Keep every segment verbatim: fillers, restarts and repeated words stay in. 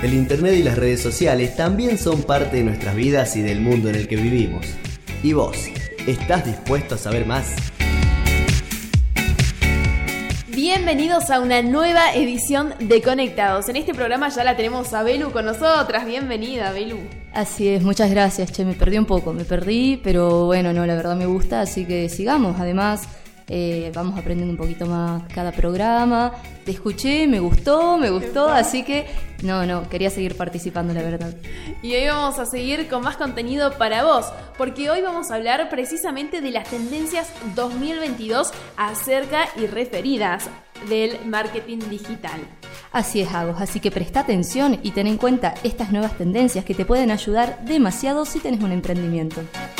El internet y las redes sociales también son parte de nuestras vidas y del mundo en el que vivimos. ¿Y vos? ¿Estás dispuesto a saber más? Bienvenidos a una nueva edición de Conectados. En este programa ya la tenemos a Belu con nosotras. Bienvenida, Belu. Así es, muchas gracias, che, me perdí un poco, me perdí, pero bueno, no, la verdad me gusta, así que sigamos. Además, eh, vamos aprendiendo un poquito más cada programa. Te escuché, me gustó, me gustó, así que no, no, quería seguir participando, la verdad. Y hoy vamos a seguir con más contenido para vos, porque hoy vamos a hablar precisamente de las tendencias dos mil veintidós acerca y referidas del marketing digital. Así es, Agos, así que presta atención y ten en cuenta estas nuevas tendencias que te pueden ayudar demasiado si tenés un emprendimiento.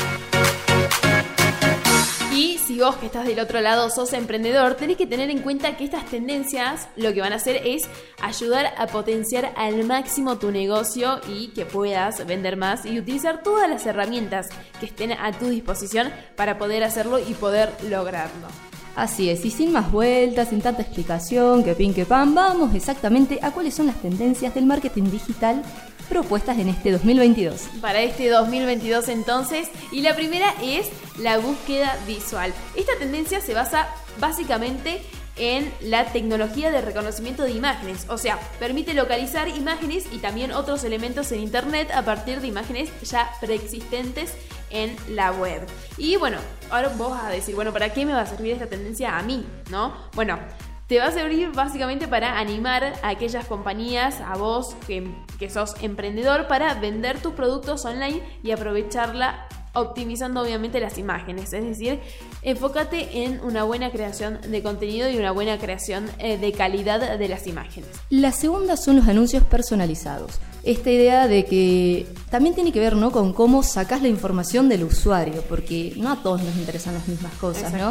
Y si vos que estás del otro lado sos emprendedor, tenés que tener en cuenta que estas tendencias lo que van a hacer es ayudar a potenciar al máximo tu negocio y que puedas vender más y utilizar todas las herramientas que estén a tu disposición para poder hacerlo y poder lograrlo. Así es, y sin más vueltas, sin tanta explicación, que pin que pan, vamos exactamente a cuáles son las tendencias del marketing digital propuestas en este dos mil veintidós. Para este dos mil veintidós entonces, y la primera es la búsqueda visual. Esta tendencia se basa básicamente en la tecnología de reconocimiento de imágenes, o sea, permite localizar imágenes y también otros elementos en internet a partir de imágenes ya preexistentes en la web. Y bueno, ahora vos vas a decir, bueno, ¿para qué me va a servir esta tendencia a mí? ¿No? Bueno, te va a servir básicamente para animar a aquellas compañías, a vos que, que sos emprendedor, para vender tus productos online y aprovecharla optimizando obviamente las imágenes, es decir, enfócate en una buena creación de contenido y una buena creación eh, de calidad de las imágenes. La segunda son los anuncios personalizados. Esta idea de que también tiene que ver, ¿no?, con cómo sacás la información del usuario, porque no a todos nos interesan las mismas cosas, ¿no?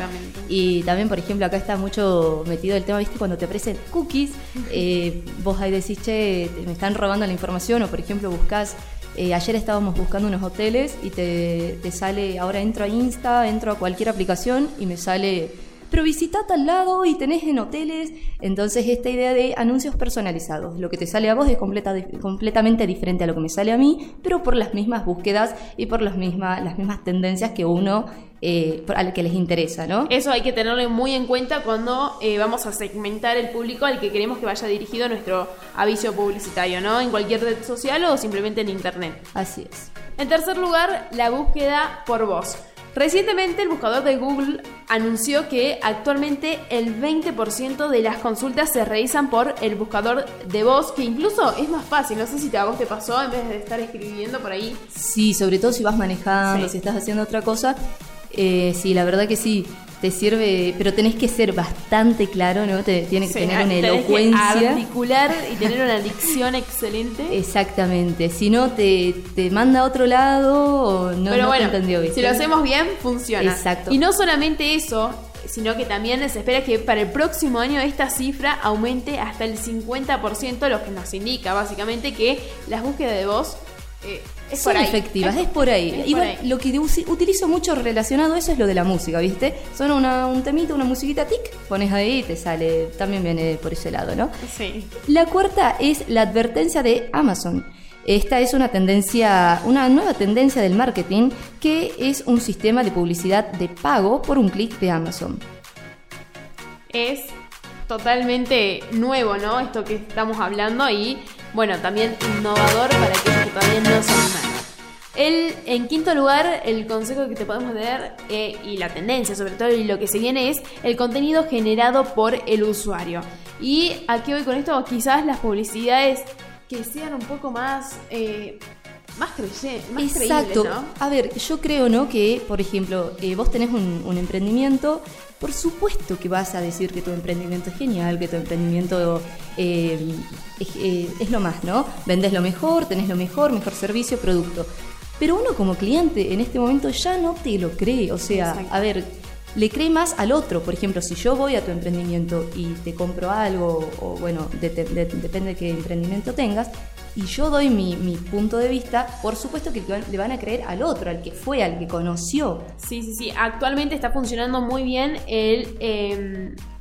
Y también, por ejemplo, acá está mucho metido el tema, ¿viste? Cuando te aparecen cookies, eh, vos ahí decís, che, me están robando la información, o por ejemplo buscás, eh, ayer estábamos buscando unos hoteles y te, te sale, ahora entro a Insta, entro a cualquier aplicación y me sale, pero visita tal lado y tenés en hoteles. Entonces esta idea de anuncios personalizados, lo que te sale a vos es completa, completamente diferente a lo que me sale a mí, pero por las mismas búsquedas y por las mismas, las mismas tendencias que uno, eh, al que les interesa, ¿no? Eso hay que tenerlo muy en cuenta cuando eh, vamos a segmentar el público al que queremos que vaya dirigido nuestro aviso publicitario, ¿no? En cualquier red social o simplemente en internet. Así es. En tercer lugar, la búsqueda por voz. Recientemente el buscador de Google anunció que actualmente el veinte por ciento de las consultas se realizan por el buscador de voz, que incluso es más fácil, no sé si a vos te pasó en vez de estar escribiendo por ahí. Sí, sobre todo si vas manejando, sí. Si estás haciendo otra cosa, eh, sí, la verdad que sí, te sirve, pero tenés que ser bastante claro, ¿no? Te, tiene que sí, tener una elocuencia. Que articular y tener una dicción excelente. Exactamente, si no te, te manda a otro lado o no, pero no bueno, te entendió, ¿viste? Si lo hacemos bien, funciona. Exacto. Y no solamente eso, sino que también se espera que para el próximo año esta cifra aumente hasta el cincuenta por ciento, lo que nos indica básicamente que las búsquedas de voz eh, es son por ahí. efectivas, es, es por ahí. Es Igual por ahí. Lo que utilizo mucho relacionado a eso es lo de la música, ¿viste? Son una, un temita, una musiquita, tic, pones ahí y te sale, también viene por ese lado, ¿no? Sí. La cuarta es la advertencia de Amazon. Esta es una tendencia, una nueva tendencia del marketing, que es un sistema de publicidad de pago por un clic de Amazon. Es totalmente nuevo, ¿no? Esto que estamos hablando y, bueno, también innovador para aquellos que todavía no se animan. El, en quinto lugar, el consejo que te podemos dar eh, y la tendencia sobre todo y lo que se viene es el contenido generado por el usuario. Y aquí voy con esto, quizás las publicidades que sean un poco más... Eh, Más, creye, más Exacto. creíble, ¿no? A ver, yo creo, ¿no?, que, por ejemplo, eh, vos tenés un, un emprendimiento, por supuesto que vas a decir que tu emprendimiento es genial, que tu emprendimiento eh, es, eh, es lo más, ¿no? Vendés lo mejor, tenés lo mejor, mejor servicio, producto. Pero uno como cliente en este momento ya no te lo cree, o sea, Exacto. a ver, le cree más al otro. Por ejemplo, si yo voy a tu emprendimiento y te compro algo, o bueno, de, de, de, depende de qué emprendimiento tengas, y yo doy mi, mi punto de vista, por supuesto que le van a creer al otro, al que fue, al que conoció. Sí, sí, sí. Actualmente está funcionando muy bien el, eh,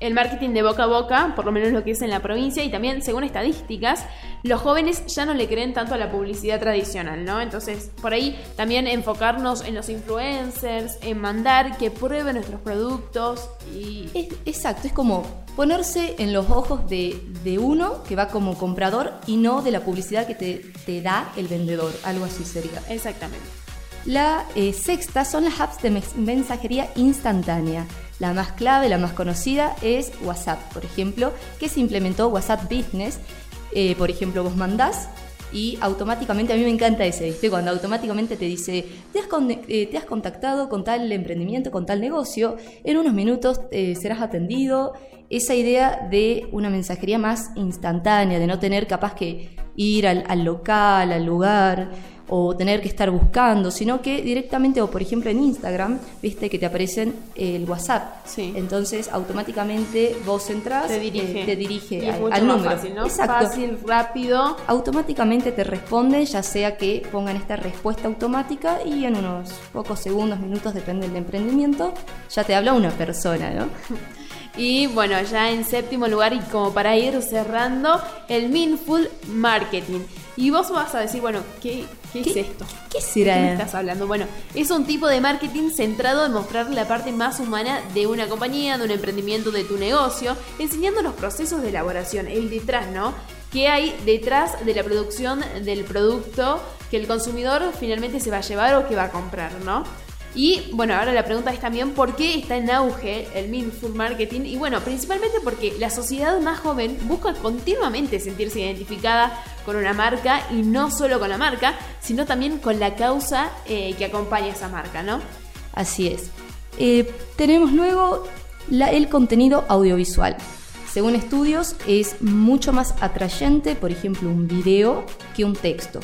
el marketing de boca a boca, por lo menos lo que es en la provincia, y también según estadísticas, los jóvenes ya no le creen tanto a la publicidad tradicional, ¿no? Entonces, por ahí también enfocarnos en los influencers, en mandar que prueben nuestros productos y... Es, exacto, es como ponerse en los ojos de, de uno que va como comprador y no de la publicidad que te, te da el vendedor, algo así sería. Exactamente. La eh, sexta son las apps de mensajería instantánea. La más clave, la más conocida es WhatsApp, por ejemplo, que se implementó WhatsApp Business. Eh, por ejemplo, vos mandás y automáticamente, a mí me encanta ese, ¿viste? Cuando automáticamente te dice, te has, con, eh, te has contactado con tal emprendimiento, con tal negocio, en unos minutos eh, serás atendido. Esa idea de una mensajería más instantánea, de no tener capaz que ir al, al local, al lugar, o tener que estar buscando, sino que directamente, o por ejemplo en Instagram, viste que te aparecen el WhatsApp. Sí. Entonces automáticamente vos entrás, te dirige, eh, te dirige al, al más número. Fácil, ¿no? Exacto. Fácil, rápido. Automáticamente te responde, ya sea que pongan esta respuesta automática y en unos pocos segundos, minutos, depende del emprendimiento, ya te habla una persona, ¿no? Y bueno, ya en séptimo lugar, y como para ir cerrando, el Mindful Marketing. Y vos vas a decir, bueno, ¿qué, qué, ¿Qué es esto? ¿Qué será? ¿De qué me estás hablando? Bueno, es un tipo de marketing centrado en mostrar la parte más humana de una compañía, de un emprendimiento, de tu negocio, enseñando los procesos de elaboración, el detrás, ¿no? ¿Qué hay detrás de la producción del producto que el consumidor finalmente se va a llevar o que va a comprar, ¿no? Y bueno, ahora la pregunta es también ¿por qué está en auge el Mindful Marketing? Y bueno, principalmente porque la sociedad más joven busca continuamente sentirse identificada con una marca, y no solo con la marca, sino también con la causa eh, que acompaña esa marca, ¿no? Así es. Eh, tenemos luego la, el contenido audiovisual. Según estudios, es mucho más atrayente, por ejemplo, un video que un texto.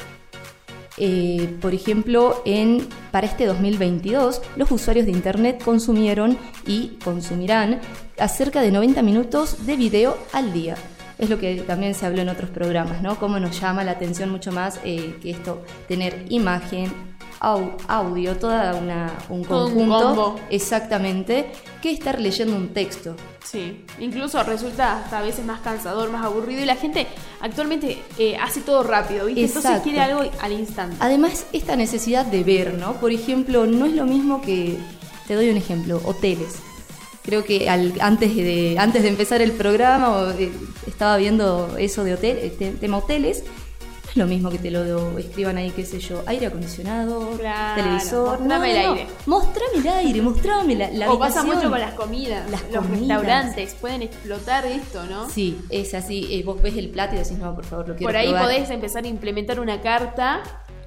Eh, por ejemplo, en, para este dos mil veintidós, los usuarios de Internet consumieron y consumirán a cerca de noventa minutos de video al día. Es lo que también se habló en otros programas, ¿no? Cómo nos llama la atención mucho más eh, que esto, tener imagen, au, audio, toda una, un conjunto, un combo. Exactamente, que estar leyendo un texto. Sí, incluso resulta hasta a veces más cansador, más aburrido, y la gente actualmente eh, hace todo rápido, ¿viste? Exacto. Entonces quiere algo al instante. Además, esta necesidad de ver, ¿no? Por ejemplo, no es lo mismo que, te doy un ejemplo, hoteles. Creo que al, antes, de, antes de empezar el programa eh, estaba viendo eso de hotel, eh, tema hoteles. No es lo mismo que te lo escriban ahí, qué sé yo, aire acondicionado, claro, televisor. Mostrame no, el no, aire. No. Mostrame el aire, mostrame la, la O pasa habitación. mucho con las comidas. Las los comidas. restaurantes pueden explotar esto, ¿no? Sí, es así. Eh, vos ves el plato y decís, no, por favor, lo quiero Por ahí probar. podés empezar a implementar una carta.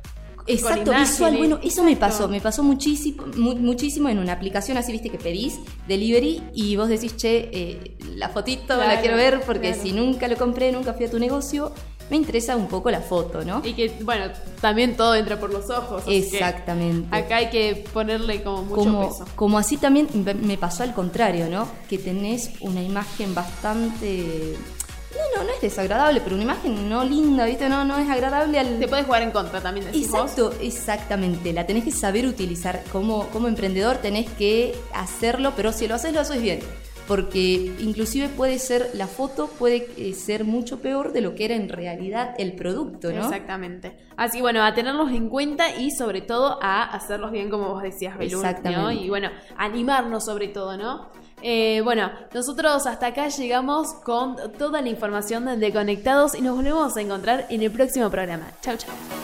Exacto, visual. Bueno, eso me pasó, me pasó muchísimo, mu- muchísimo en una aplicación así, viste, que pedís delivery y vos decís, che, eh, la fotito Claro, la quiero ver porque claro. si nunca lo compré, nunca fui a tu negocio, me interesa un poco la foto, ¿no? Y que, bueno, también todo entra por los ojos. Así Exactamente. que acá hay que ponerle como mucho como, peso. como así también me pasó al contrario, ¿no? Que tenés una imagen bastante... No, no, no es desagradable, pero una imagen no linda, ¿viste? No, no es agradable al... Te puedes jugar en contra también, decís Exacto, vos. exactamente. La tenés que saber utilizar. Como, como emprendedor tenés que hacerlo, pero si lo haces, lo haces bien. Porque inclusive puede ser, la foto puede eh, ser mucho peor de lo que era en realidad el producto, ¿no? Exactamente. Así bueno, a tenerlos en cuenta y sobre todo a hacerlos bien, como vos decías, Belún, Exactamente. ¿no? Y bueno, animarnos sobre todo, ¿no? Eh, bueno, nosotros hasta acá llegamos con toda la información de Conectados y nos volvemos a encontrar en el próximo programa. Chau, chau.